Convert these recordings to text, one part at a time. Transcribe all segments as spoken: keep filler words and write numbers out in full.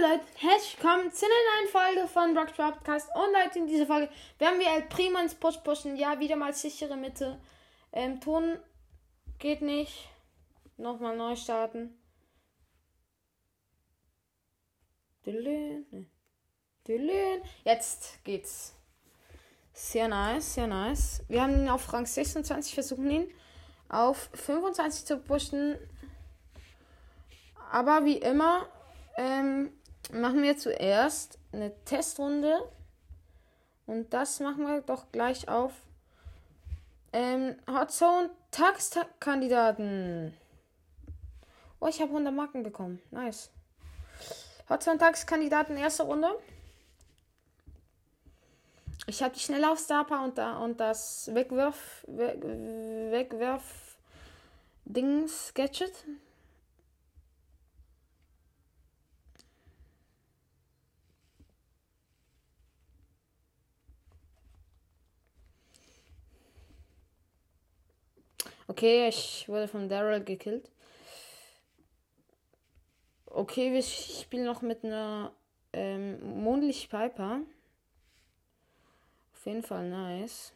Leute, herzlich willkommen zu einer neuen Folge von Brock's Podcast. Und Leute, in dieser Folge werden wir El Primo ins Push pushen. Ja, wieder mal sichere Mitte. Ähm, Ton geht nicht. Nochmal neu starten. Jetzt geht's. Sehr nice, sehr nice. Wir haben ihn auf Rang sechsundzwanzig, versuchen ihn auf fünfundzwanzig zu pushen. Aber wie immer ähm, machen wir zuerst eine Testrunde. Und das machen wir doch gleich auf ähm, Hot Zone Tageskandidaten. Oh, ich habe hundert Marken bekommen. Nice. Hot Zone Tageskandidaten, erste Runde. Ich habe die Schnelllauf Starper und, da, und das Wegwerf Weg, Wegwerf Dings Gadget. Okay, ich wurde von Daryl gekillt. Okay, wir spielen noch mit einer ähm, Mondlicht Piper. Auf jeden Fall nice.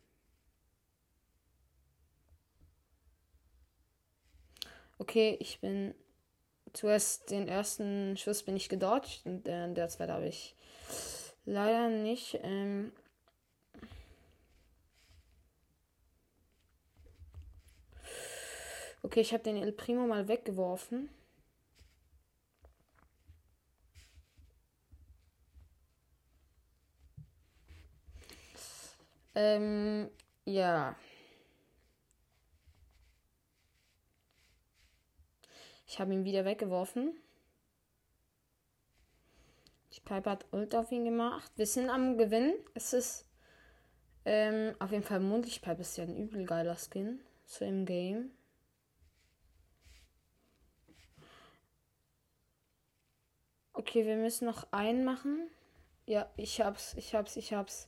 Okay, ich bin zuerst den ersten Schuss bin ich gedodged und äh, der zweite habe ich leider nicht. Ähm, okay, ich habe den El Primo mal weggeworfen. Ähm, ja. Ich habe ihn wieder weggeworfen. Die Piper hat Ult auf ihn gemacht. Wir sind am Gewinnen. Es ist ähm, auf jeden Fall Mondlicht Piper ist ja ein übel geiler Skin. So im Game. Okay, wir müssen noch einen machen. Ja, ich hab's, ich hab's, ich hab's.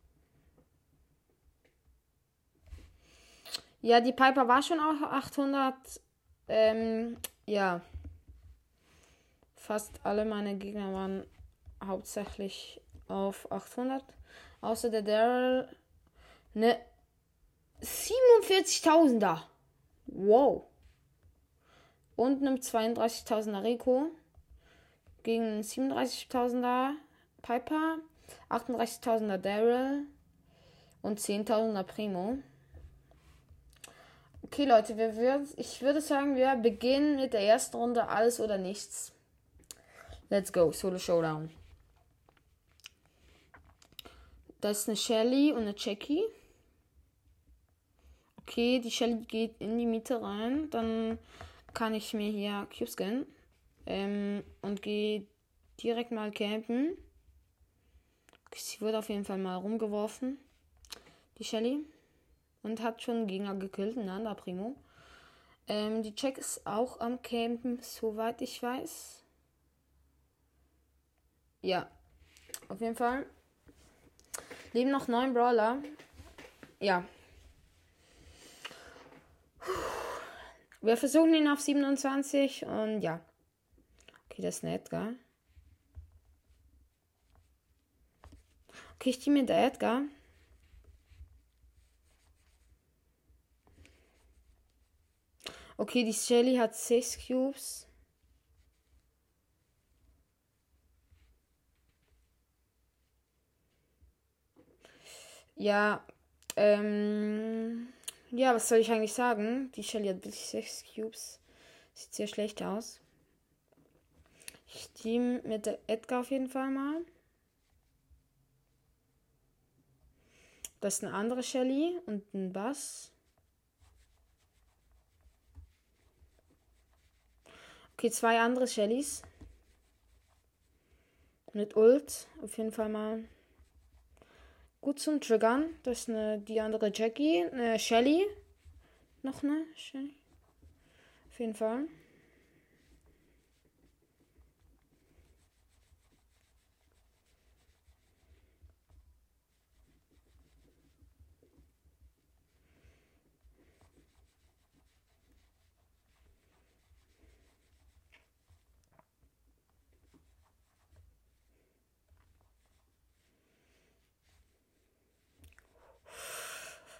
Ja, die Piper war schon auf achthundert. Ähm, ja. Fast alle meine Gegner waren hauptsächlich auf achthundert. Außer der Daryl. Ne siebenundvierzigtausender. Wow. Und einem zweiunddreißigtausender Rico. Gegen einen siebenunddreißigtausender Piper. achtunddreißigtausender Daryl. Und zehntausender Primo. Okay, Leute, wir würd, ich würde sagen, wir beginnen mit der ersten Runde alles oder nichts. Let's go, Solo Showdown. Das ist eine Shelly und eine Jackie. Okay, die Shelly geht in die Mitte rein. Dann kann ich mir hier Cubes gönnen. Ähm, und gehe direkt mal campen. Okay, sie wurde auf jeden Fall mal rumgeworfen. Die Shelly. Und hat schon einen Gegner gekillt, ein anderer Primo. Ähm, die Jack ist auch am Campen, soweit ich weiß. Ja, auf jeden Fall. Leben noch neun Brawler. Ja. Wir versuchen ihn auf siebenundzwanzig und ja. Okay, das ist ein Edgar. Okay, ich team mit der Edgar. Okay, die Shelly hat sechs Cubes. Ja, ähm, ja, was soll ich eigentlich sagen? Die Shelly hat wirklich sechs Cubes. Sieht sehr schlecht aus. Ich team mit der Edgar auf jeden Fall mal. Das ist eine andere Shelly und ein Bass. Okay, zwei andere Shellys. Mit Ult. Auf jeden Fall mal gut zum Triggern. Das ist eine, die andere Jackie. Eine Shelly. Noch eine Shelly. Auf jeden Fall.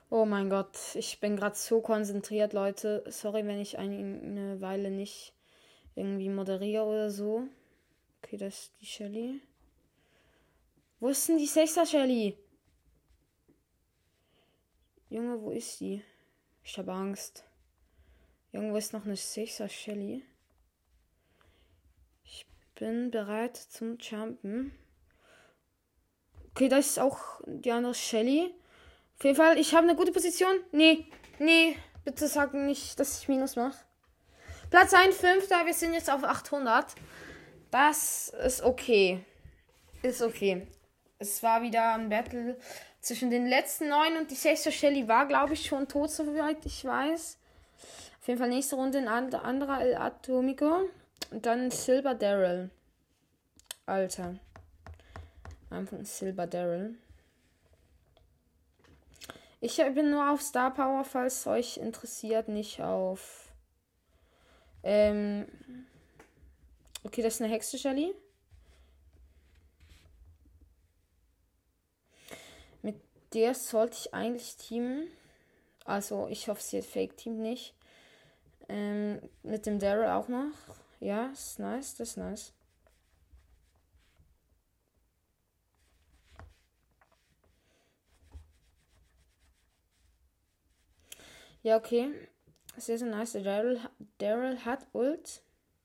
Oh mein Gott, ich bin gerade so konzentriert, Leute. Sorry, wenn ich eine Weile nicht irgendwie moderiere oder so. Okay, das ist die Shelly. Wo ist denn die Sechser Shelly? Junge, wo ist die? Ich habe Angst. Irgendwo ist noch eine Sechser Shelly. Ich bin bereit zum Jumpen. Okay, da ist auch die andere Shelly. Auf jeden Fall, ich habe eine gute Position. Nee, nee, bitte sag nicht, dass ich Minus mache. Platz einundfünfzig, wir sind jetzt auf achthundert. Das ist okay. Ist okay. Es war wieder ein Battle zwischen den letzten neun und die sechste Shelly war, glaube ich, schon tot, soweit ich weiß. Auf jeden Fall nächste Runde ein anderer El Atomico. Und dann Silver Daryl. Alter. Einfach Silver Daryl. Ich bin nur auf Star Power, falls es euch interessiert, nicht auf. Ähm. Okay, das ist eine Hexe Shelly. Mit der sollte ich eigentlich teamen. Also, ich hoffe, sie hat Fake Team nicht. Ähm, mit dem Daryl auch noch. Ja, ist nice, das ist nice. Ja, okay. Sehr, sehr nice. Daryl, Daryl hat Ult.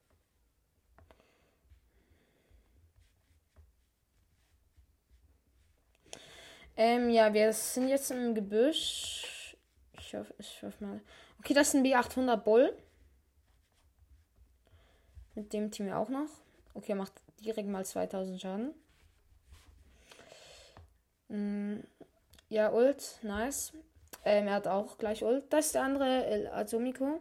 Ähm, ja, wir sind jetzt im Gebüsch. Ich hoffe, ich hoffe mal. Okay, das ist ein B achthundert Bull. Mit dem Team auch noch. Okay, er macht direkt mal zweitausend Schaden. Mm, ja, Ult, nice. Ähm, er hat auch gleich Ult. Das ist der andere El Atomico.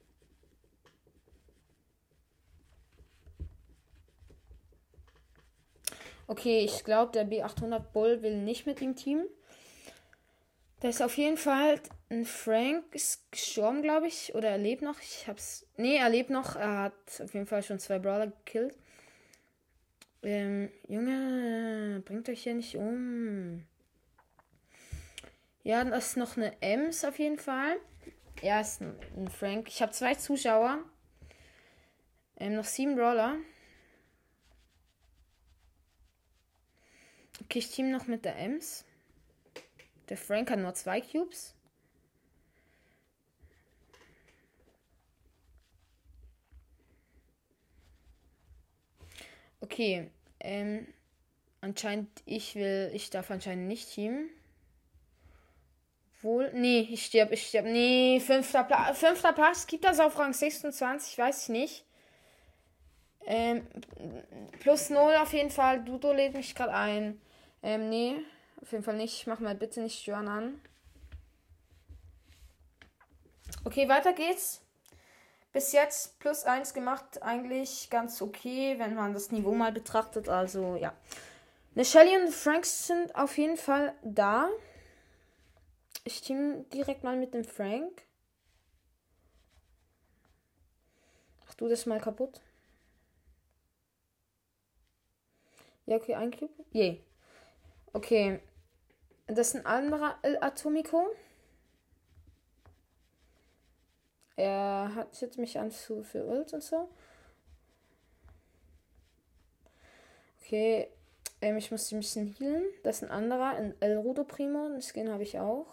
Okay, ich glaube, der B achthundert Bull will nicht mit ihm teamen. Da ist auf jeden Fall ein Frank ist gestorben, glaube ich. Oder er lebt noch. Ich hab's. Nee, er lebt noch. Er hat auf jeden Fall schon zwei Brawler gekillt. Ähm, Junge, bringt euch hier nicht um. Ja, das ist noch eine Ems auf jeden Fall. Ja, ist ein, ein Frank. Ich habe zwei Zuschauer. Ähm, noch sieben Brawler. Okay, ich team noch mit der Ems. Der Frank hat nur zwei Cubes. Okay, ähm, anscheinend, ich will, ich darf anscheinend nicht teamen. Wohl, nee, ich sterb, ich sterb, nee, fünfter Platz, fünfter Platz, gibt das auf Rang sechsundzwanzig, weiß ich nicht. Ähm, plus null auf jeden Fall, Dudo lädt mich gerade ein. Ähm, nee, auf jeden Fall nicht, mach mal bitte nicht stören an. Okay, weiter geht's. Bis jetzt plus eins gemacht, eigentlich ganz okay, wenn man das Niveau mal betrachtet, also ja. Eine Shelly und Frank sind auf jeden Fall da. Ich team direkt mal mit dem Frank. Ach du, das mal kaputt. Ja, okay, ein Cube. Je. Yeah. Okay. Das ist ein anderer El Atomico. Er hat jetzt mich an zu für Ult und so. Okay. Ähm, ich muss ein bisschen healen. Das ist ein anderer. Ein El Rudo Primo. Den Skin habe ich auch.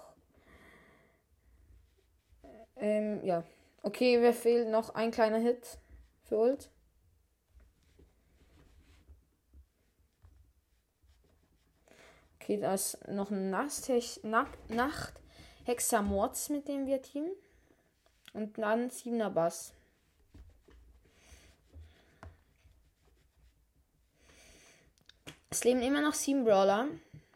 Ähm, ja. Okay, mir fehlt noch ein kleiner Hit für Ult. Okay, da ist noch ein Nacht-Hexamords, mit dem wir teamen. Und dann siebener Bass. Es leben immer noch sieben Brawler.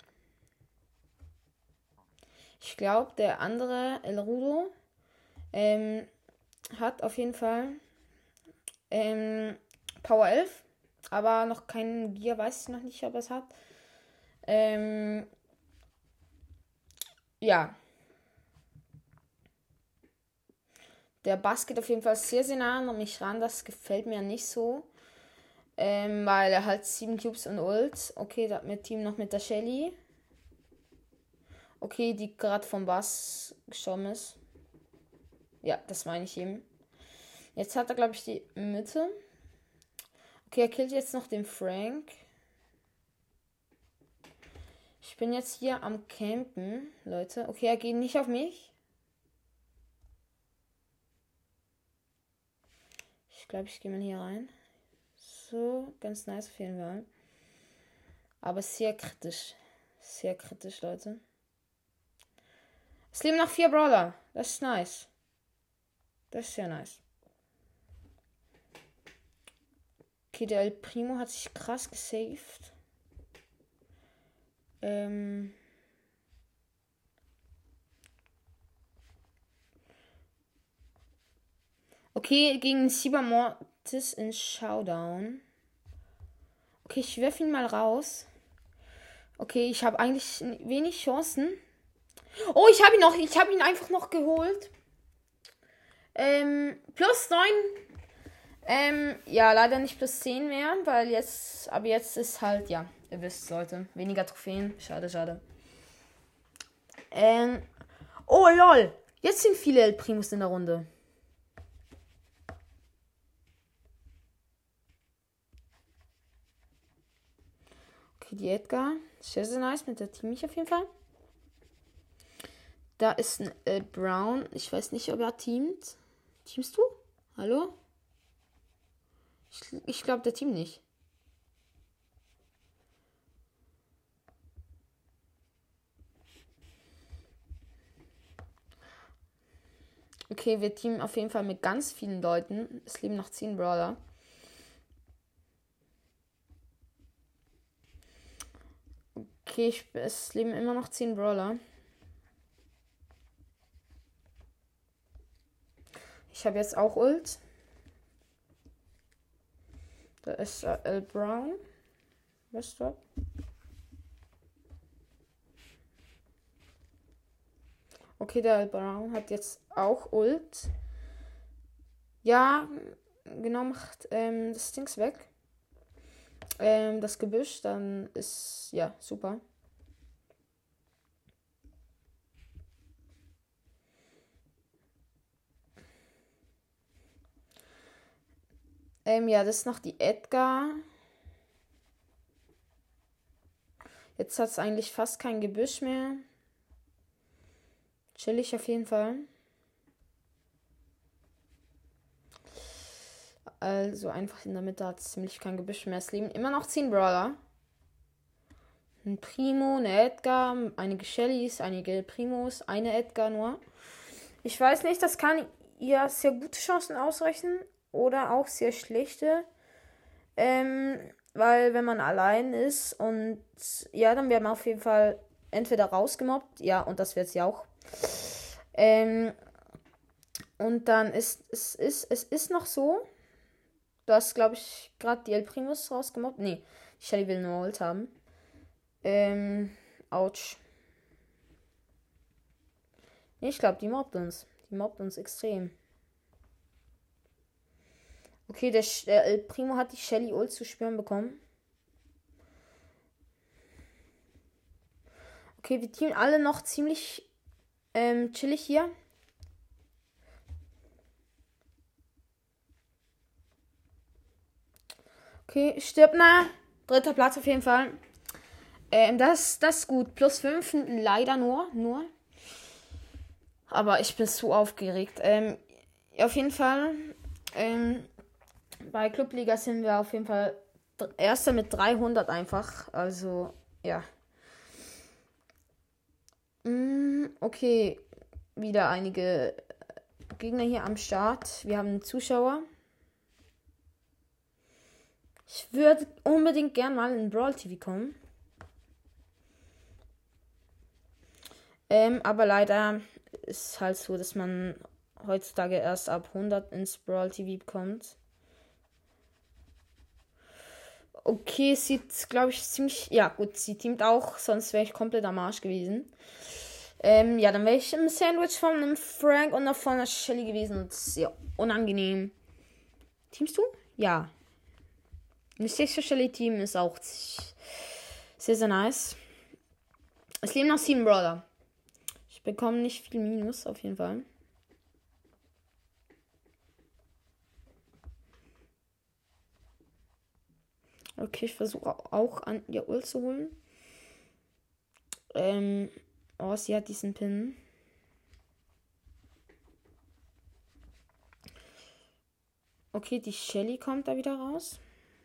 Ich glaube, der andere, El Rudo, ähm, hat auf jeden Fall ähm, Power elf. Aber noch keinen Gear, weiß ich noch nicht, ob er es hat. Ähm, ja. Der Bass geht auf jeden Fall sehr, sehr nah an mich ran. Das gefällt mir nicht so. Ähm, weil er halt sieben Cubes und Ult. Okay, da mit Team noch mit der Shelly. Okay, die gerade vom Bass gestorben ist. Ja, das meine ich eben. Jetzt hat er, glaube ich, die Mitte. Okay, er killt jetzt noch den Frank. Ich bin jetzt hier am Campen, Leute. Okay, er geht nicht auf mich. Ich glaube, ich gehe mal hier rein. So, ganz nice auf jeden Fall. Aber sehr kritisch. Sehr kritisch, Leute. Es leben noch vier Brawler. Das ist nice. Das ist sehr nice. Okay, der El Primo hat sich krass gesaved. Ähm. Okay, gegen Cybermortis in Showdown. Okay, ich werfe ihn mal raus. Okay, ich habe eigentlich wenig Chancen. Oh, ich habe ihn noch. Ich habe ihn einfach noch geholt. Ähm, plus neun. Ähm, ja, leider nicht plus zehn mehr, weil jetzt, aber jetzt ist halt, ja, ihr wisst, Leute, weniger Trophäen. Schade, schade. Ähm, oh, lol. Jetzt sind viele El Primos in der Runde. Okay, die Edgar. Sehr, sehr nice. Mit der Team ich auf jeden Fall. Da ist ein äh, Brown. Ich weiß nicht, ob er teamt. Teamst du? Hallo? Ich, ich glaube, der Team nicht. Okay, wir teamen auf jeden Fall mit ganz vielen Leuten. Es leben noch zehn Brawler. Okay, ich, es leben immer noch zehn Brawler. Ich habe jetzt auch Ult. Da ist äh, El Brown. Was ist das? Okay, der El Brown hat jetzt auch Ult. Ja, genau, macht ähm, das Dings weg. Ähm, das Gebüsch, dann ist, ja, super. Ähm, ja, das ist noch die Edgar. Jetzt hat es eigentlich fast kein Gebüsch mehr. Chillig auf jeden Fall. Also einfach in der Mitte hat es ziemlich kein Gebüsch mehr. Es leben immer noch zehn Brawler. Ein Primo, eine Edgar, einige Shellys, einige Primos, eine Edgar nur. Ich weiß nicht, das kann ihr sehr gute Chancen ausrechnen oder auch sehr schlechte. Ähm, weil wenn man allein ist und ja, dann wird man auf jeden Fall entweder rausgemobbt, ja, und das wird sie auch. Ähm, und dann ist es ist, es ist noch so, du hast, glaube ich, gerade die El Primos rausgemobbt. Nee, die Shelly will nur Ult haben. Ähm, ouch. Nee, ich glaube, die mobbt uns. Die mobbt uns extrem. Okay, der, der El Primo hat die Shelly Ult zu spüren bekommen. Okay, wir teamen alle noch ziemlich ähm, chillig hier. Okay, stirbt nah. Dritter Platz auf jeden Fall. Ähm, das, das ist gut. Plus fünf leider nur. Nur. Aber ich bin zu aufgeregt. Ähm, auf jeden Fall. Ähm, bei Clubliga sind wir auf jeden Fall Erster mit dreihundert einfach. Also, ja. Mm, okay. Wieder einige Gegner hier am Start. Wir haben einen Zuschauer. Ich würde unbedingt gern mal in Brawl T V kommen. Ähm, aber leider ist halt so, dass man heutzutage erst ab hundert ins Brawl T V kommt. Okay, sieht, glaube ich, ziemlich... Ja, gut, sie teamt auch, sonst wäre ich komplett am Arsch gewesen. Ähm, ja, dann wäre ich im Sandwich von einem Frank und noch von einer Shelly gewesen. Und das ist sehr unangenehm. Teamst du? Ja. Das sechste Shelly-Team ist auch sehr, sehr nice. Es leben noch sieben Brawler. Ich bekomme nicht viel Minus, auf jeden Fall. Okay, ich versuche auch an ihr Ult zu holen. Ähm, oh, sie hat diesen Pin. Okay, die Shelly kommt da wieder raus.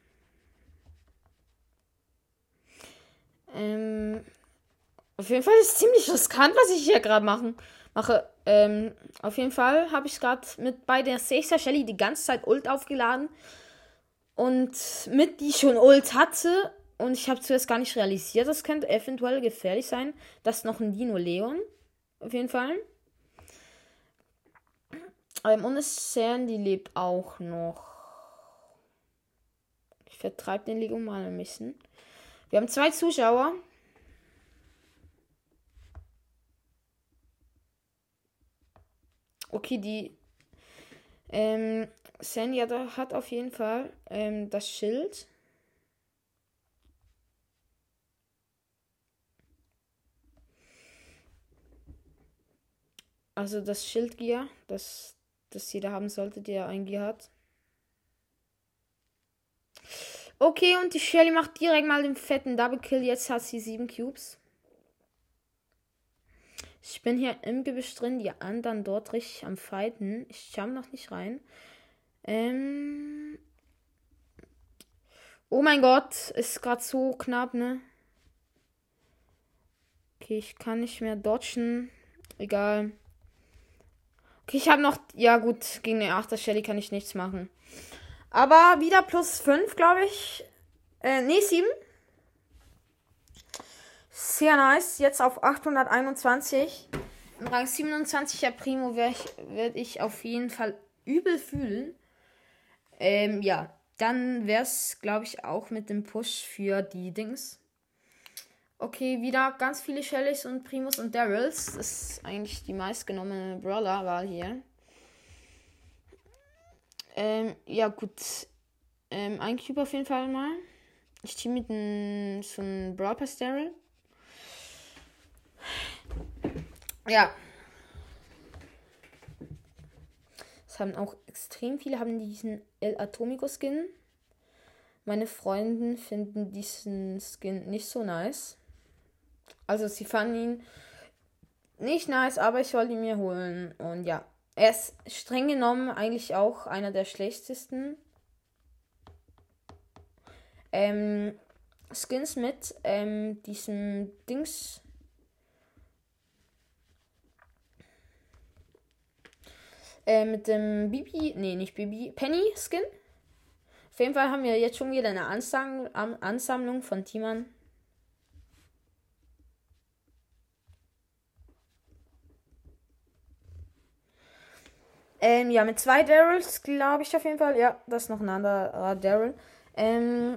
Ähm, auf jeden Fall ist es ziemlich riskant, was ich hier gerade machen mache. Ähm, auf jeden Fall habe ich gerade mit bei der sechster Shelly die ganze Zeit Ult aufgeladen. Und mit die schon Ult hatte. Und ich habe zuerst gar nicht realisiert, das könnte eventuell gefährlich sein. Das ist noch ein Dino Leon. Auf jeden Fall. Ähm, und es Sandy lebt auch noch. Ich vertreibe den Lego mal ein bisschen. Wir haben zwei Zuschauer. Okay, die ähm, Sandy hat, hat auf jeden Fall ähm, das Schild. Also das Schildgear, das, das jeder haben sollte, der ein Gear hat. Okay, und die Shelly macht direkt mal den fetten Double Kill. Jetzt hat sie sieben Cubes. Ich bin hier im Gebüsch drin, die anderen dort richtig am Fighten. Ich schau noch nicht rein. Ähm. Oh mein Gott, ist gerade so knapp, ne? Okay, ich kann nicht mehr dodgen. Egal. Okay, ich habe noch. Ja, gut, gegen den achter Shelly kann ich nichts machen. Aber wieder plus fünf, glaube ich. Äh, nee, sieben. Sehr nice. Jetzt auf achthunderteinundzwanzig. Im Rang siebenundzwanziger Primo werde ich, werd ich auf jeden Fall übel fühlen. Ähm, ja. Dann wäre es, glaube ich, auch mit dem Push für die Dings. Okay, wieder ganz viele Shellys und Primus und Daryls. Das ist eigentlich die meistgenommene Brawler-Wahl hier. Ähm, ja, gut. Ähm, ein Cube auf jeden Fall mal. Ich team mit einem so einem Brawl Pass Daryl. Ja. Es haben auch extrem viele haben diesen El Atomico Skin. Meine Freunde finden diesen Skin nicht so nice. Also sie fanden ihn nicht nice, aber ich wollte ihn mir holen. Und ja, er ist streng genommen eigentlich auch einer der schlechtesten ähm, Skins mit ähm, diesem Dings. Äh, mit dem Bibi, nee, nicht Bibi, Penny Skin. Auf jeden Fall haben wir jetzt schon wieder eine Ansammlung, Ansammlung von Teamern. Ähm, ja, mit zwei Daryls, glaube ich auf jeden Fall. Ja, das ist noch ein anderer Daryl. Ähm,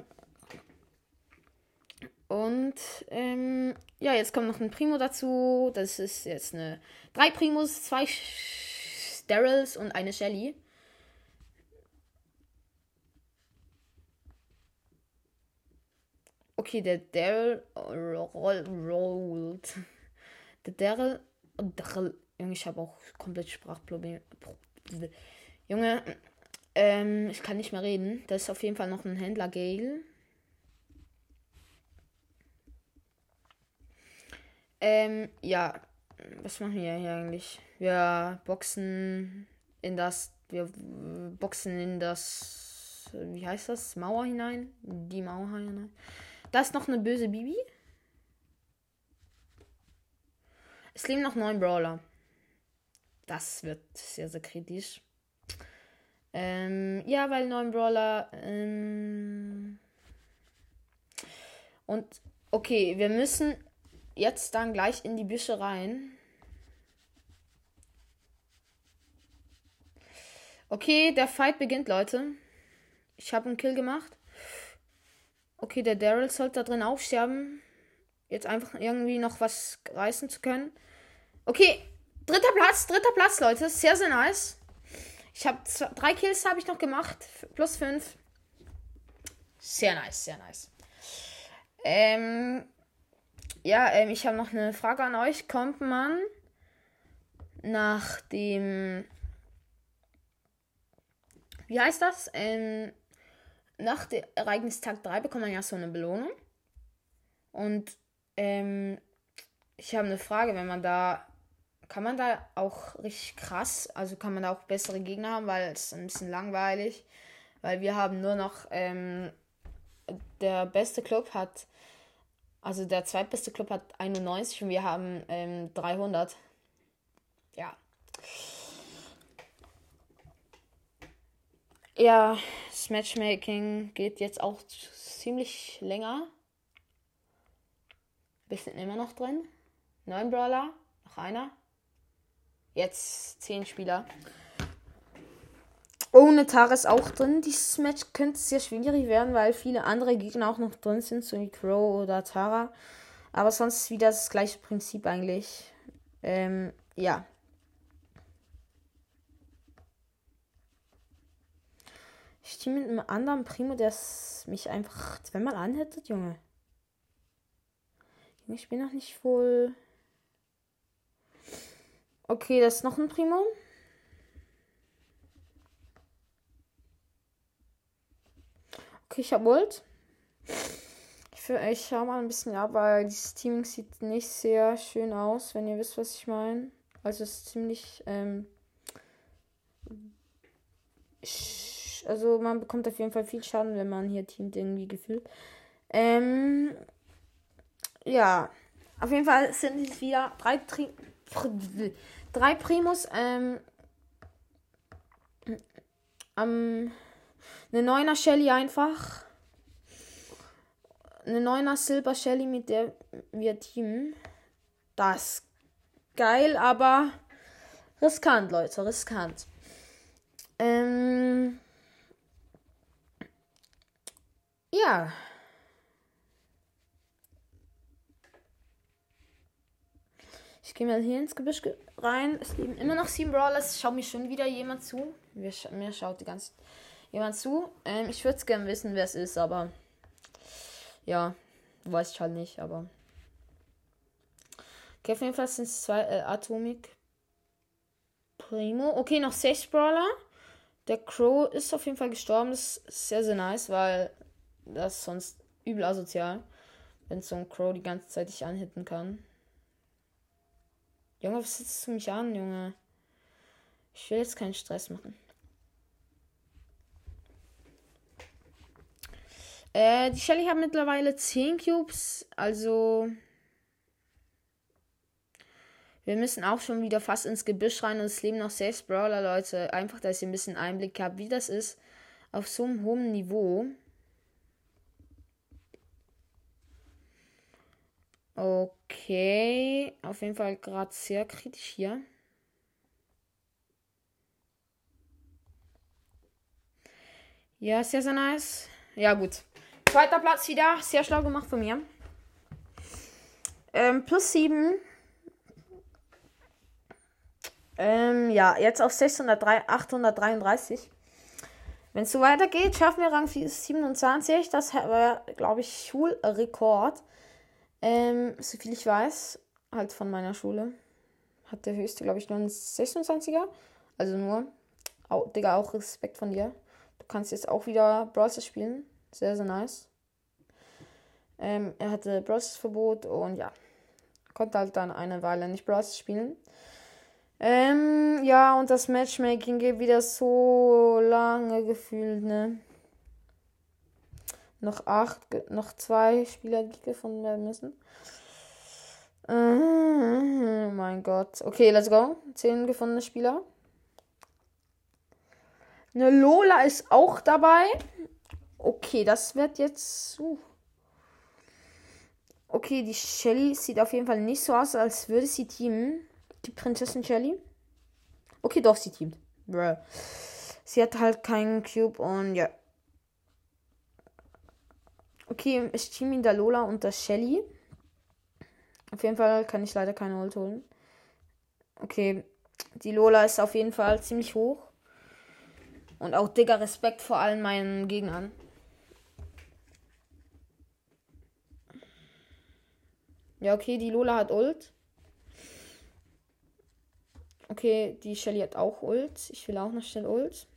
und, ähm, ja, jetzt kommt noch ein Primo dazu. Das ist jetzt eine drei Primos, zwei Daryls und eine Shelly. Okay, der Daryl rollt. Der Daryl. Daryl. Junge, ich habe auch komplett Sprachprobleme. Junge, ähm, ich kann nicht mehr reden. Das ist auf jeden Fall noch ein Händler, Gale. Ähm, ja. Was machen wir hier eigentlich? Wir boxen in das. Wir boxen in das. Wie heißt das? Mauer hinein? Die Mauer hinein. Da ist noch eine böse Bibi. Es leben noch neun Brawler. Das wird sehr, sehr kritisch. Ähm, ja, weil neun Brawler. Ähm, und okay, wir müssen jetzt dann gleich in die Büsche rein. Okay, der Fight beginnt, Leute. Ich habe einen Kill gemacht. Okay, der Daryl sollte da drin auch sterben. Jetzt einfach irgendwie noch was reißen zu können. Okay, dritter Platz, dritter Platz, Leute. Sehr, sehr nice. Ich habe drei Kills habe ich noch gemacht. Plus fünf. Sehr nice, sehr nice. Ähm, ja, ähm, ich habe noch eine Frage an euch. Kommt man nach dem, wie heißt das? Ähm, nach dem Ereignistag drei bekommt man ja so eine Belohnung. Und ähm, ich habe eine Frage, wenn man da, kann man da auch richtig krass, also kann man da auch bessere Gegner haben, weil es ist ein bisschen langweilig, weil wir haben nur noch, ähm, der beste Club hat, also der zweitbeste Club hat einundneunzig und wir haben ähm, dreihundert. Ja. Ja, das Matchmaking geht jetzt auch ziemlich länger. Wir sind immer noch drin. Neun Brawler, noch einer. Jetzt zehn Spieler. Ohne Tara ist auch drin. Dieses Match könnte sehr schwierig werden, weil viele andere Gegner auch noch drin sind, so wie Crow oder Tara. Aber sonst ist wieder das gleiche Prinzip eigentlich. Ähm, ja. Ich stehe mit einem anderen Primo, der mich einfach zweimal anhittet, Junge. Ich bin noch nicht voll. Okay, das ist noch ein Primo. Okay, ich hab Ult. Ich, ich schau mal ein bisschen ab, weil dieses Teaming sieht nicht sehr schön aus, wenn ihr wisst, was ich meine. Also es ist ziemlich, ähm, also man bekommt auf jeden Fall viel Schaden, wenn man hier teamt irgendwie gefühlt. Ähm, ja, auf jeden Fall sind es wieder drei, Tri drei Primus, ähm, ähm, eine neuner Shelly einfach. Eine neuner Silber Shelly, mit der wir teamen. Das ist geil, aber riskant, Leute, riskant. Ähm, ja. Ich gehe mal hier ins Gebüsch rein. Es leben immer noch sieben Brawlers. Schaut mir schon wieder jemand zu. Mir, sch- mir schaut die ganze jemand zu. Ähm, ich würde es gerne wissen, wer es ist, aber ja, weiß ich halt nicht, aber okay, auf jeden Fall sind es zwei äh, Atomic Primo. Okay, noch sechs Brawler. Der Crow ist auf jeden Fall gestorben. Das ist sehr, sehr nice, weil das ist sonst übel asozial, wenn so ein Crow die ganze Zeit dich anhitten kann. Junge, was sitzt du mich an, Junge? Ich will jetzt keinen Stress machen. Äh, die Shelly hat mittlerweile zehn Cubes, also wir müssen auch schon wieder fast ins Gebüsch rein und es leben noch sechs Brawler, Leute. Einfach, dass ihr ein bisschen Einblick habt, wie das ist auf so einem hohen Niveau. Okay, auf jeden Fall gerade sehr kritisch hier. Ja, sehr, sehr nice. Ja, gut. Zweiter Platz wieder. Sehr schlau gemacht von mir. Ähm, plus sieben. Ähm, ja, jetzt auf sechshundertdrei, achthundertdreiunddreißig. Wenn es so weitergeht, schaffen wir Rang siebenundzwanzig. Das war, glaube ich, Schulrekord. Ähm, soviel ich weiß, halt von meiner Schule. Hat der höchste, glaube ich, nur einen sechsundzwanziger. Also nur. Oh, Digga, auch Respekt von dir. Du kannst jetzt auch wieder Brawl Stars spielen. Sehr, sehr nice. Ähm, er hatte Brawl Stars Verbot und ja. Konnte halt dann eine Weile nicht Brawl Stars spielen. Ähm, ja, und das Matchmaking geht wieder so lange gefühlt, ne? Noch acht, noch zwei Spieler, die gefunden werden müssen. Oh mein Gott. Okay, let's go. Zehn gefundene Spieler. Eine Lola ist auch dabei. Okay, das wird jetzt... Uh. Okay, die Shelly sieht auf jeden Fall nicht so aus, als würde sie teamen. Die Prinzessin Shelly. Okay, doch, sie teamt. Bruh. Sie hat halt keinen Cube und ja. Okay, ich team in der Lola und der Shelly. Auf jeden Fall kann ich leider keine Ult holen. Okay, die Lola ist auf jeden Fall ziemlich hoch. Und auch dicker Respekt vor allen meinen Gegnern. Ja, okay, die Lola hat Ult. Okay, die Shelly hat auch Ult. Ich will auch noch schnell Ult.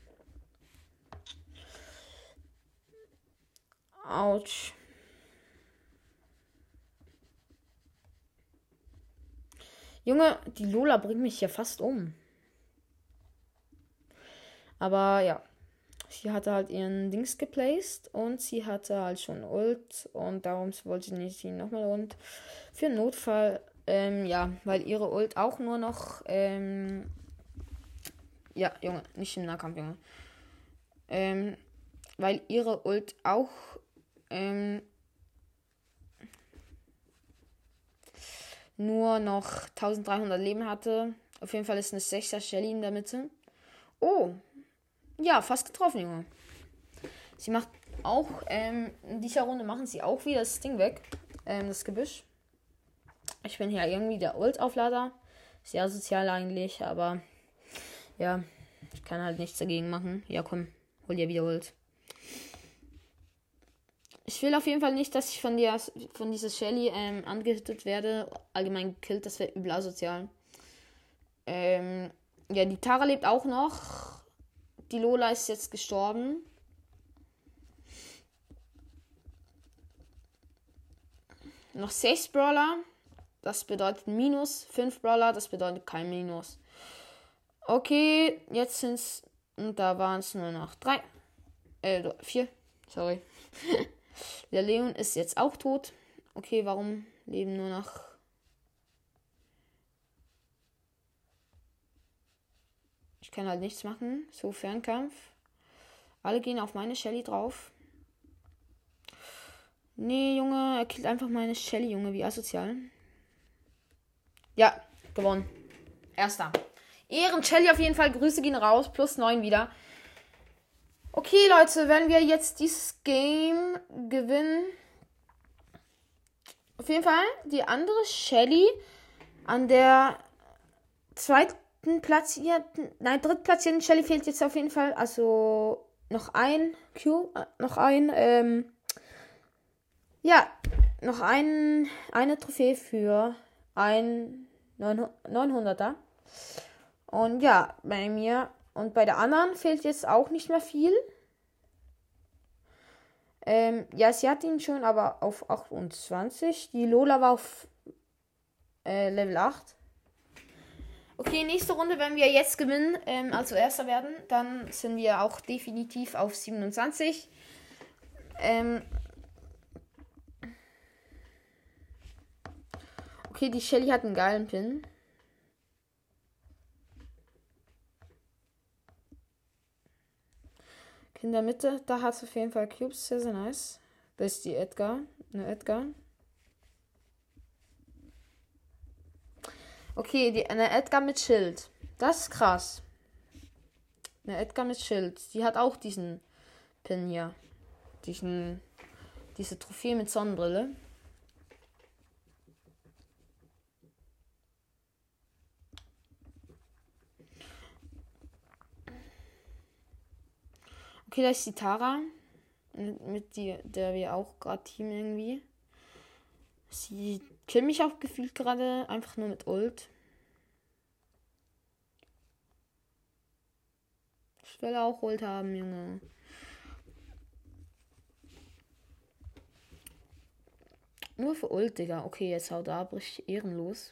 Autsch. Junge, die Lola bringt mich ja fast um. Aber ja. Sie hatte halt ihren Dings geplaced und sie hatte halt schon Ult und darum wollte ich sie nochmal und für einen Notfall, ähm, ja, weil ihre Ult auch nur noch, ähm, ja, Junge, nicht im Nahkampf, Junge, ähm, weil ihre Ult auch, ähm, nur noch dreizehnhundert Leben hatte. Auf jeden Fall ist eine sechser Shelly in der Mitte. Oh, ja, fast getroffen, Junge. Sie macht auch, ähm, in dieser Runde machen sie auch wieder das Ding weg. Ähm, das Gebüsch. Ich bin hier irgendwie der Ult-Auflader. Sehr sozial eigentlich, aber ja, ich kann halt nichts dagegen machen. Ja, komm, hol dir wieder Ult. Ich will auf jeden Fall nicht, dass ich von, der, von dieser Shelly ähm, angehittet werde. Allgemein gekillt, das wäre übel asozial. Ähm, ja, die Tara lebt auch noch. Die Lola ist jetzt gestorben. Noch sechs Brawler. Das bedeutet Minus. fünf Brawler, das bedeutet kein Minus. Okay, jetzt sind es. Und da waren es nur noch drei. Äh, vier. Sorry. Der Leon ist jetzt auch tot. Okay, warum leben nur noch. Ich kann halt nichts machen. So, Fernkampf. Alle gehen auf meine Shelly drauf. Nee, Junge, er killt einfach meine Shelly, Junge, wie asozial. Ja, gewonnen. Erster. Ehren Shelly auf jeden Fall. Grüße gehen raus. Plus neun wieder. Okay, Leute, wenn wir jetzt dieses Game gewinnen. Auf jeden Fall die andere Shelly an der zweiten platzierten, nein, drittplatzierten Shelly fehlt jetzt auf jeden Fall. Also noch ein Q, äh, noch ein, ähm, ja, noch ein, eine Trophäe für ein neunhunderter. Und ja, bei mir und bei der anderen fehlt jetzt auch nicht mehr viel. Ähm, ja, sie hat ihn schon, aber auf achtundzwanzig. Die Lola war auf äh, Level acht. Okay, nächste Runde, wenn wir jetzt gewinnen, ähm, also Erster werden, dann sind wir auch definitiv auf siebenundzwanzig. Ähm, okay, die Shelly hat einen geilen Pin. In der Mitte, da hat es auf jeden Fall Cubes, sehr, sehr nice. Das ist die Edgar, eine Edgar. Okay, die, eine Edgar mit Schild. Das ist krass. Eine Edgar mit Schild. Die hat auch diesen Pin hier. Diesen, diese Trophäe mit Sonnenbrille. Okay, da ist die Tara. Mit die, der wir auch gerade Team irgendwie. Sie killt mich auch gefühlt gerade. Einfach nur mit Ult. Ich will auch Ult haben, Junge. Nur für Ult, Digga. Okay, jetzt haut ab, richtig ehrenlos.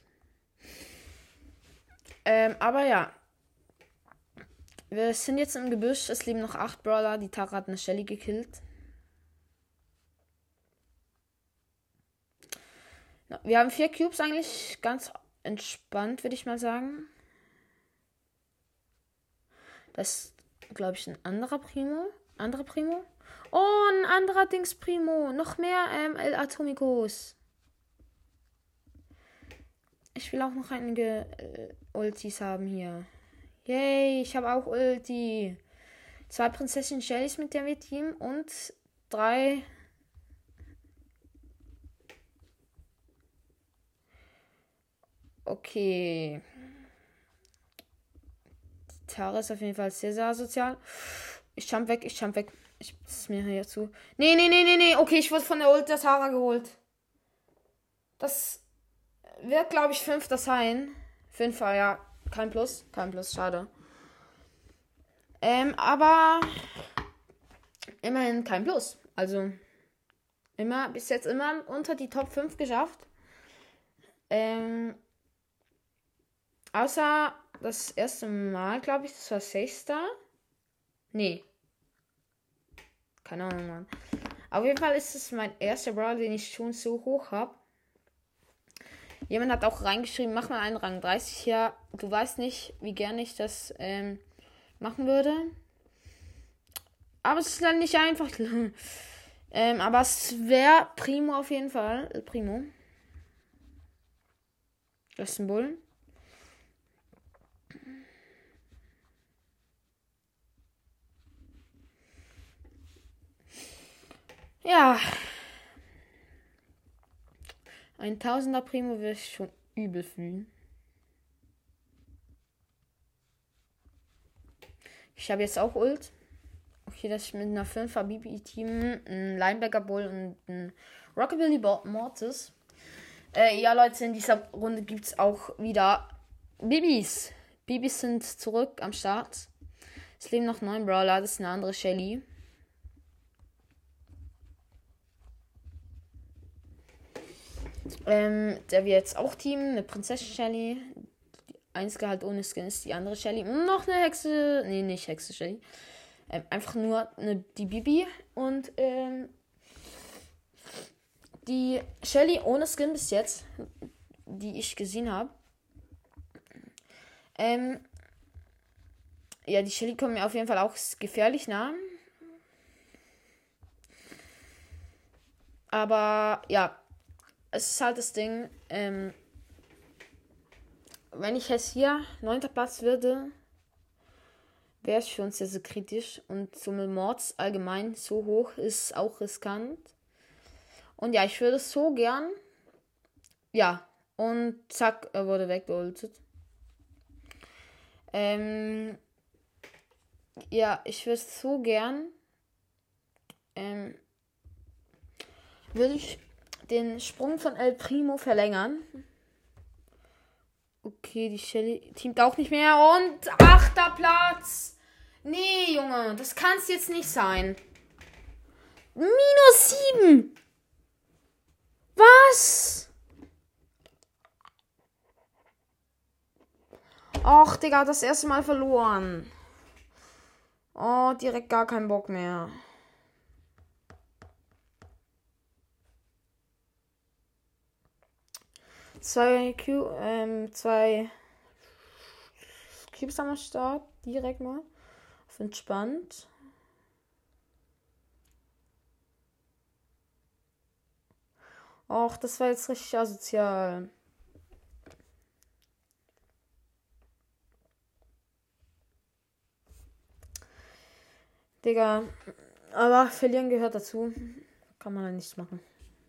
Ähm, aber ja. Wir sind jetzt im Gebüsch. Es leben noch acht Brawler. Die Tara hat eine Shelly gekillt. Wir haben vier Cubes eigentlich ganz entspannt, würde ich mal sagen. Das ist, glaube ich, ein anderer Primo. Anderer Primo. Oh, ein anderer Dings Primo. Noch mehr ähm, El Atomicos. Ich will auch noch einige äh, Ultis haben hier. Yay, ich habe auch Ulti. Zwei Prinzessin Shellys mit der wir Team und drei. Okay. Die Tara ist auf jeden Fall sehr, sehr asozial. Ich jump weg, ich jump weg. Ich das ist mir hier zu. Nee, nee, nee, nee, nee. Okay, ich wurde von der Ult der Tara geholt. Das wird, glaube ich, fünfter sein. Fünfer, ja. Kein Plus. Kein Plus, schade. Ähm, aber immerhin kein Plus. Also immer, bis jetzt immer unter die Top fünf geschafft. Ähm, außer das erste Mal, glaube ich, das war Sechster. Nee. Keine Ahnung, Mann. Auf jeden Fall ist es mein erster Brawler, den ich schon so hoch habe. Jemand hat auch reingeschrieben, mach mal einen Rang dreißig. Ja, du weißt nicht, wie gerne ich das ähm, machen würde. Aber es ist dann nicht einfach. ähm, aber es wäre Primo auf jeden Fall. El Primo. Das ist ein Bull. Ja. Ein Tausender Primo würde ich schon übel fühlen. Ich habe jetzt auch Ult. Okay, dass ich mit einer fünfer Bibi-Team, ein Linebacker Bull und ein Rockabilly Mortis. Äh, ja, Leute, in dieser Runde gibt es auch wieder Bibis. Bibis sind zurück am Start. Es leben noch neun Brawler, das ist eine andere Shelly. Ähm, der wir jetzt auch teamen, eine Prinzessin Shelly. Die einzige halt ohne Skin ist die andere Shelly. Und noch eine Hexe. Nee, nicht Hexe Shelly. Ähm, einfach nur eine, die Bibi. Und ähm, die Shelly ohne Skin bis jetzt, die ich gesehen habe. Ähm, ja, die Shelly kommt mir auf jeden Fall auch gefährlich nah. Aber ja, es ist halt das Ding, ähm, wenn ich jetzt hier neunter Platz würde, wäre es schon sehr, sehr kritisch. Und so mit Mords allgemein so hoch ist auch riskant. Und ja, ich würde es so gern. Ja, und zack, er wurde weggeholtet. Ähm, ja, ich würde es so gern. Ähm, würde ich den Sprung von El Primo verlängern. Okay, die Shelly teamt auch nicht mehr. Und achter Platz. Nee, Junge, das kann es jetzt nicht sein. Minus sieben. Was? Och, Digga, das erste Mal verloren. Oh, direkt gar keinen Bock mehr. Zwei Q, ähm, zwei Cubes am Start. Direkt mal. Auf entspannt. Och, das war jetzt richtig asozial. Digga. Aber verlieren gehört dazu. Kann man ja nichts machen.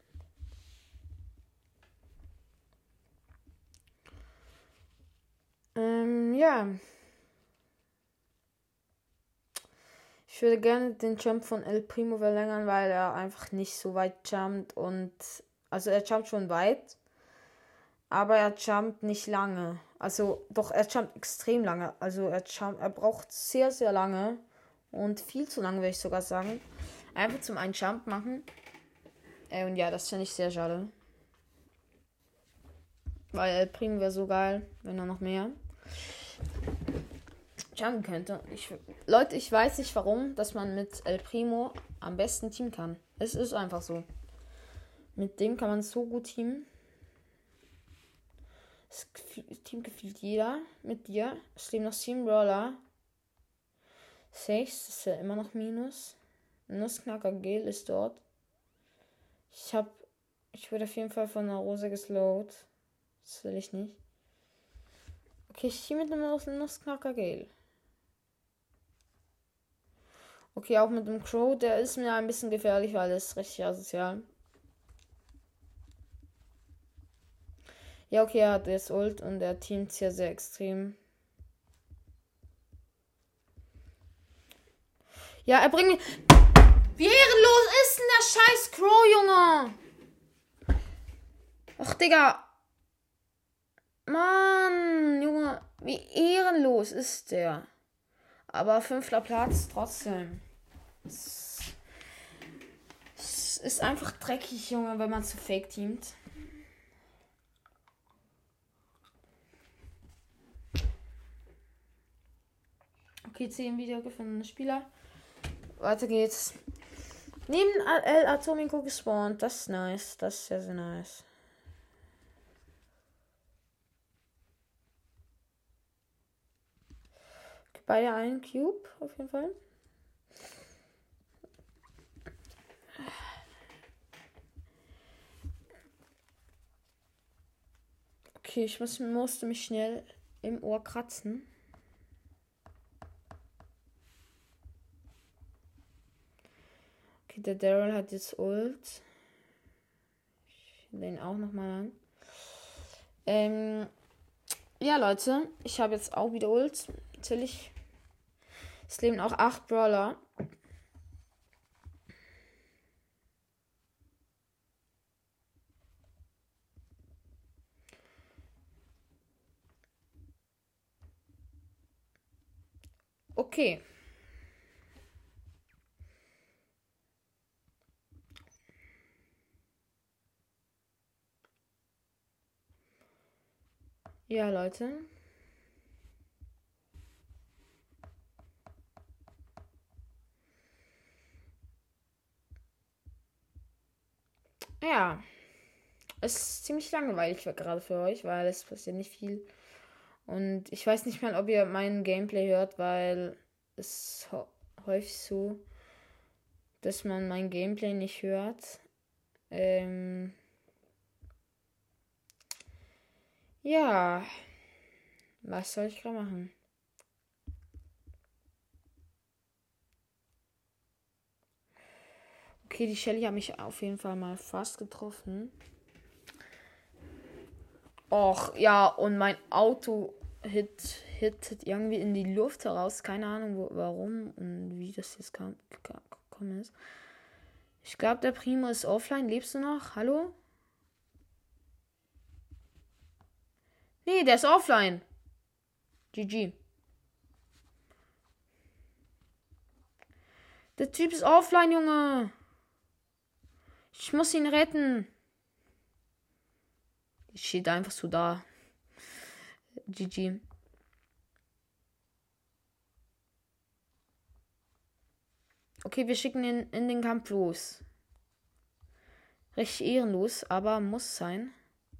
Ähm, ja. Ich würde gerne den Jump von El Primo verlängern, weil er einfach nicht so weit jumpt und also er jumpt schon weit, aber er jumpt nicht lange. Also doch, er jumpt extrem lange. Also er jumpt, er braucht sehr, sehr lange und viel zu lange, würde ich sogar sagen. Einfach zum einen Jump machen. Äh, und ja, das finde ich sehr schade. Weil El Primo wäre so geil, wenn er noch mehr jumpen könnte. Ich, Leute, ich weiß nicht warum, dass man mit El Primo am besten teamen kann. Es ist einfach so. Mit dem kann man so gut teamen. Das Team gefühlt jeder mit dir. Es leben noch sieben Brawler. sechs, das ist ja immer noch Minus. Nussknacker Gel ist dort. Ich hab. Ich wurde auf jeden Fall von einer Rose geslowt. Das will ich nicht. Okay, ich team mit einem Nussknacker Gel. Okay, auch mit dem Crow, der ist mir ein bisschen gefährlich, weil er ist richtig asozial. Ja, okay, er hat jetzt Ult und er teamt sehr, sehr extrem. Ja, er bringt mich. Wie ehrenlos ist denn der scheiß Crow, Junge? Ach, Digga. Mann, Junge. Wie ehrenlos ist der. Aber fünfter Platz trotzdem. Es ist einfach dreckig, Junge, wenn man zu fake teamt. Okay, zehn Video gefundene Spieler. Weiter geht's. Neben El Atomico gespawnt. Das ist nice. Das ist sehr, sehr nice. Okay, beide einen Cube, auf jeden Fall. Okay, ich muss, musste mich schnell im Ohr kratzen. Okay, der Daryl hat jetzt Ult. Ich den auch nochmal an. Ähm, ja, Leute, ich habe jetzt auch wieder Ult. Natürlich. Es leben auch acht Brawler. Okay. Ja, Leute. Ja. Es ist ziemlich langweilig gerade für euch, weil es passiert nicht viel. Und ich weiß nicht mal, ob ihr mein Gameplay hört, weil es häufig so, dass man mein Gameplay nicht hört. Ähm ja. Was soll ich gerade machen? Okay, die Shelly hat mich auf jeden Fall mal fast getroffen. Och, ja, und mein Auto hit, hittet irgendwie in die Luft heraus. Keine Ahnung, wo, warum und wie das jetzt kam, gekommen ist. Ich glaube, der Primo ist offline. Lebst du noch? Hallo? Nee, der ist offline. G G. Der Typ ist offline, Junge. Ich muss ihn retten. Ich steht einfach so da. G G. Okay, wir schicken ihn in den Kampf los. Richtig ehrenlos, aber muss sein.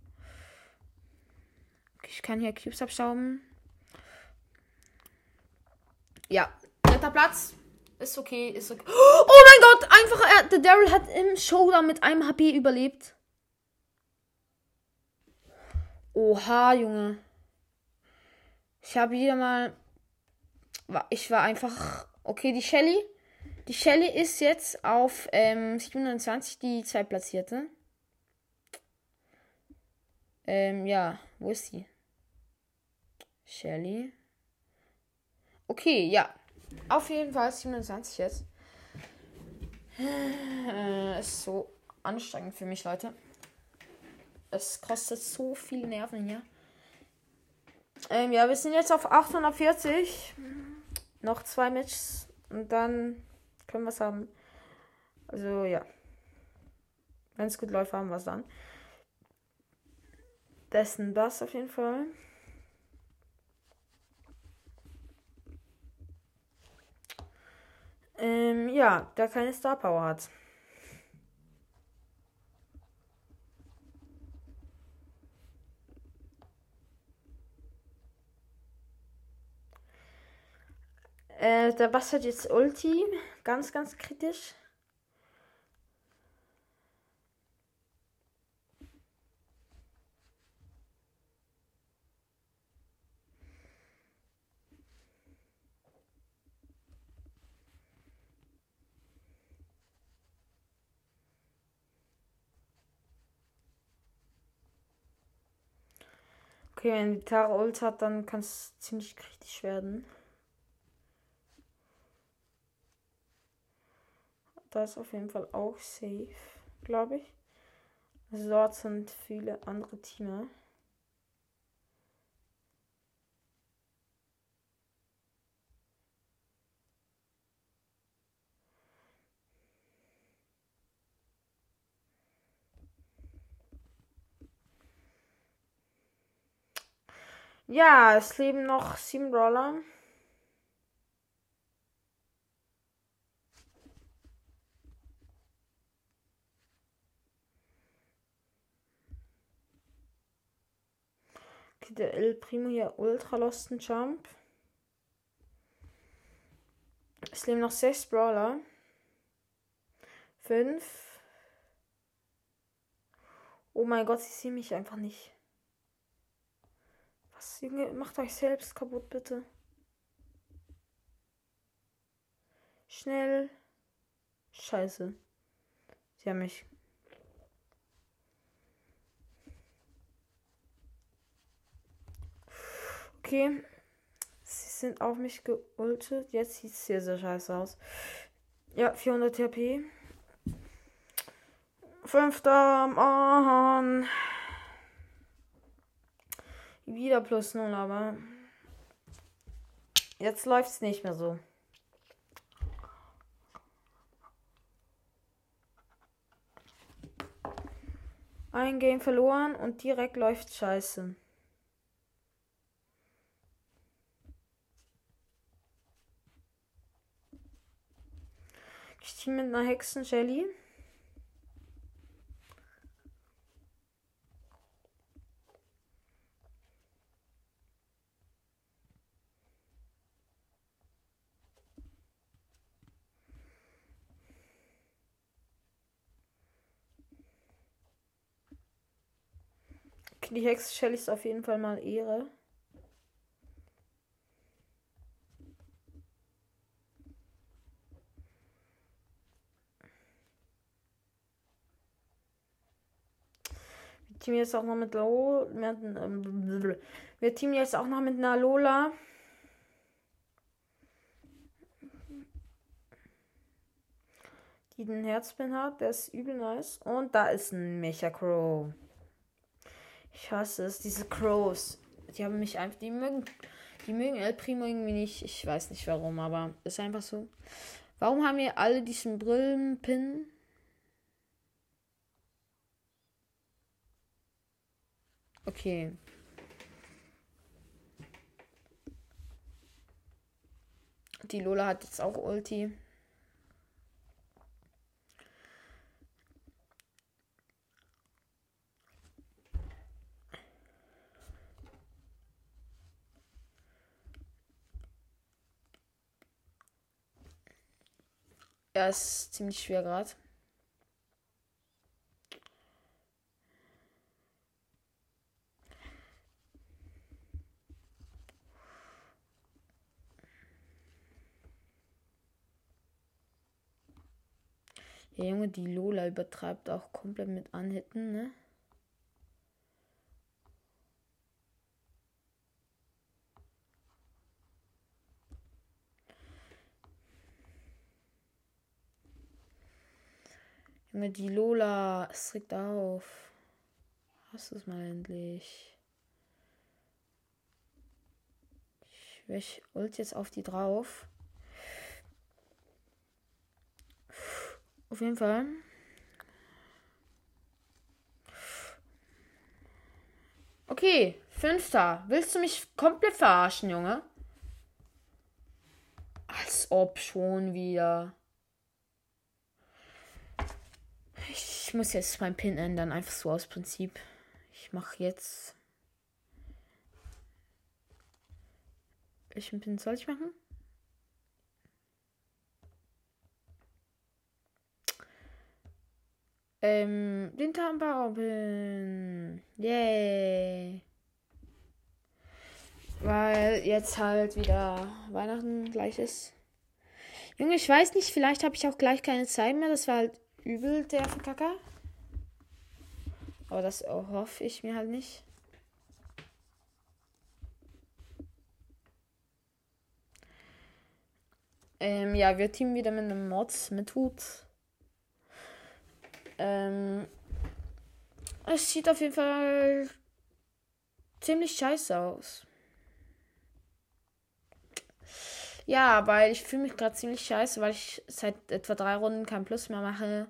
Okay, ich kann hier Cubes abstauben. Ja, dritter Platz. Ist okay, ist okay. Oh mein Gott, einfach, er, der Daryl hat im Showdown mit einem H P überlebt. Oha, Junge. Ich habe wieder mal... Ich war einfach... Okay, die Shelly. Die Shelly ist jetzt auf ähm, siebenundzwanzig, die zweitplatzierte. Ähm, ja, wo ist sie? Shelly. Okay, ja. Auf jeden Fall siebenundzwanzig jetzt. Äh, ist so anstrengend für mich, Leute. Es kostet so viel Nerven hier. Ähm, ja, wir sind jetzt auf achthundertvierzig. Noch zwei Matches. Und dann können wir es haben. Also, ja. Wenn es gut läuft, haben wir es dann. Dessen das auf jeden Fall. Ähm, ja, der keine Star Power hat. Äh, der Bass hat jetzt Ulti. Ganz, ganz kritisch. Okay, wenn die Tara Ult hat, dann kann es ziemlich kritisch werden. Da ist auf jeden Fall auch safe, glaube ich. Also dort sind viele andere Teams. Ja, es leben noch sieben Brawler. Okay, der El Primo hier ultra losten Jump. Es leben noch sechs Brawler. Fünf. Oh mein Gott, ich sehe mich einfach nicht. Was, Junge, macht euch selbst kaputt, bitte. Schnell. Scheiße. Sie haben mich. Okay. Sie sind auf mich geultet. Jetzt sieht es sehr, sehr scheiße aus. Ja, vierhundert T P. Fünfter Mann. Wieder plus null, aber jetzt läuft es nicht mehr so. Ein Game verloren und direkt läuft scheiße. Ich team mit einer Hexen Shelly. Okay, die Hexe Shelly ist auf jeden Fall mal Ehre. Wir teamen jetzt auch noch mit Lola. Wir teamen jetzt auch noch mit einer Lola. Die den Herzpin hat. Der ist übel nice. Und da ist ein Mecha Crow. Ich hasse es. Diese Crows. Die haben mich einfach. Die mögen. Die mögen El Primo irgendwie nicht. Ich weiß nicht warum, aber ist einfach so. Warum haben wir alle diesen Brillenpin? Okay. Die Lola hat jetzt auch Ulti. Ja, ist ziemlich schwer gerade. Ja, Junge, die Lola übertreibt auch komplett mit Anhitten, ne? Junge, die Lola, es regt auf. Hast du es mal endlich? Ich, ich ult jetzt auf die drauf. Auf jeden Fall. Okay, Fünfter. Willst du mich komplett verarschen, Junge? Als ob schon wieder. Ich muss jetzt mein Pin ändern, einfach so aus Prinzip. Ich mache jetzt. Welchen Pin soll ich machen? Ähm, den Tarnbauer-Pin. Yay. Weil jetzt halt wieder Weihnachten gleich ist. Junge, ich weiß nicht, vielleicht habe ich auch gleich keine Zeit mehr. Das war halt übel, der Verkacker. Aber das hoffe ich mir halt nicht. Ähm, ja, wir teamen wieder mit einem Mods mit Hut. Ähm, es sieht auf jeden Fall ziemlich scheiße aus. Ja, weil ich fühle mich gerade ziemlich scheiße, weil ich seit etwa drei Runden kein Plus mehr mache.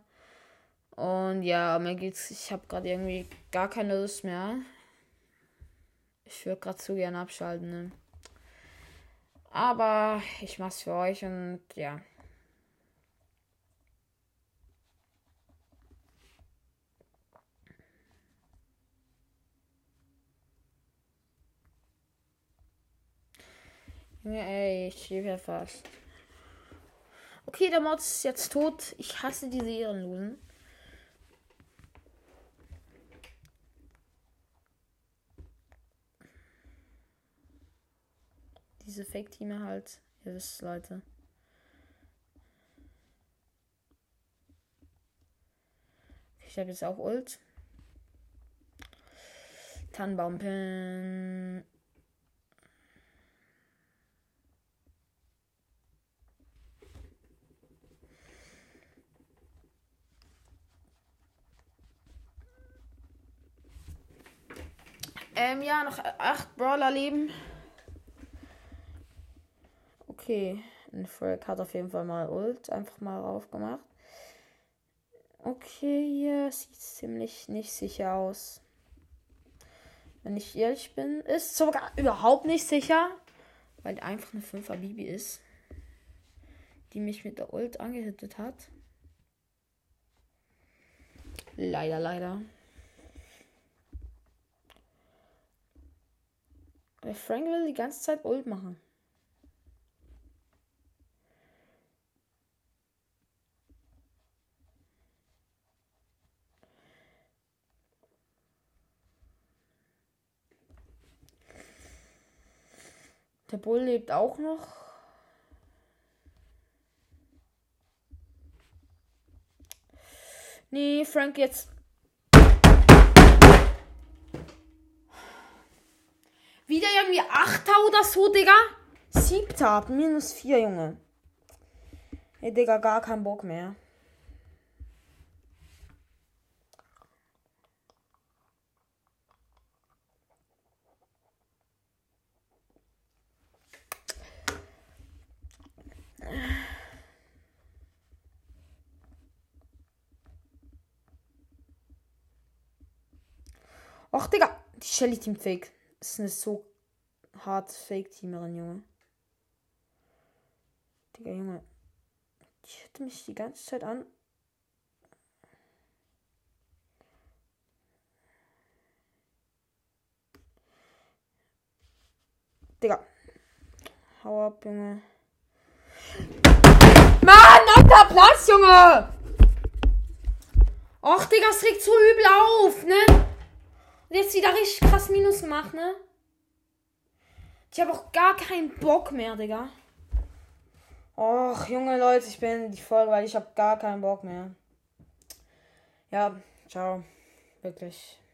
Und ja, mir geht's, ich habe gerade irgendwie gar keine Lust mehr. Ich würde gerade zu gerne abschalten, ne? Aber ich mach's für euch und ja. Junge, ey, ich lebe ja fast. Okay, der Mod ist jetzt tot. Ich hasse diese Ehrenlosen. Diese Fake-Teamer halt. Ihr wisst, Leute. Ich habe jetzt auch Ult. Tannenbaumpin. Ähm, ja, noch acht Brawler leben. Okay, ein Frag hat auf jeden Fall mal Ult einfach mal raufgemacht. Okay, hier sieht ziemlich nicht sicher aus. Wenn ich ehrlich bin, ist sogar überhaupt nicht sicher, weil einfach eine fünfer Bibi ist, die mich mit der Ult angehittet hat. Leider, leider. Der Frank will die ganze Zeit Ult machen. Der Bull lebt auch noch. Nee, Frank jetzt. Wieder irgendwie achter oder so, Digga. Siebter, minus vier, Junge. Ey, Digga, gar keinen Bock mehr. Och, Digga, die Shelly Team Fake. Das ist eine so hart Fake-Teamerin, Junge. Digga, Junge. Die hätte mich die ganze Zeit an. Digga. Hau ab, Junge. Mann, neunter Platz, Junge! Och, Digga, es regt so übel auf, ne? Und jetzt wieder richtig krass Minus gemacht, ne? Ich habe auch gar keinen Bock mehr, Digga. Och, Junge Leute, ich bin die Folge, weil ich habe gar keinen Bock mehr. Ja, ciao. Wirklich.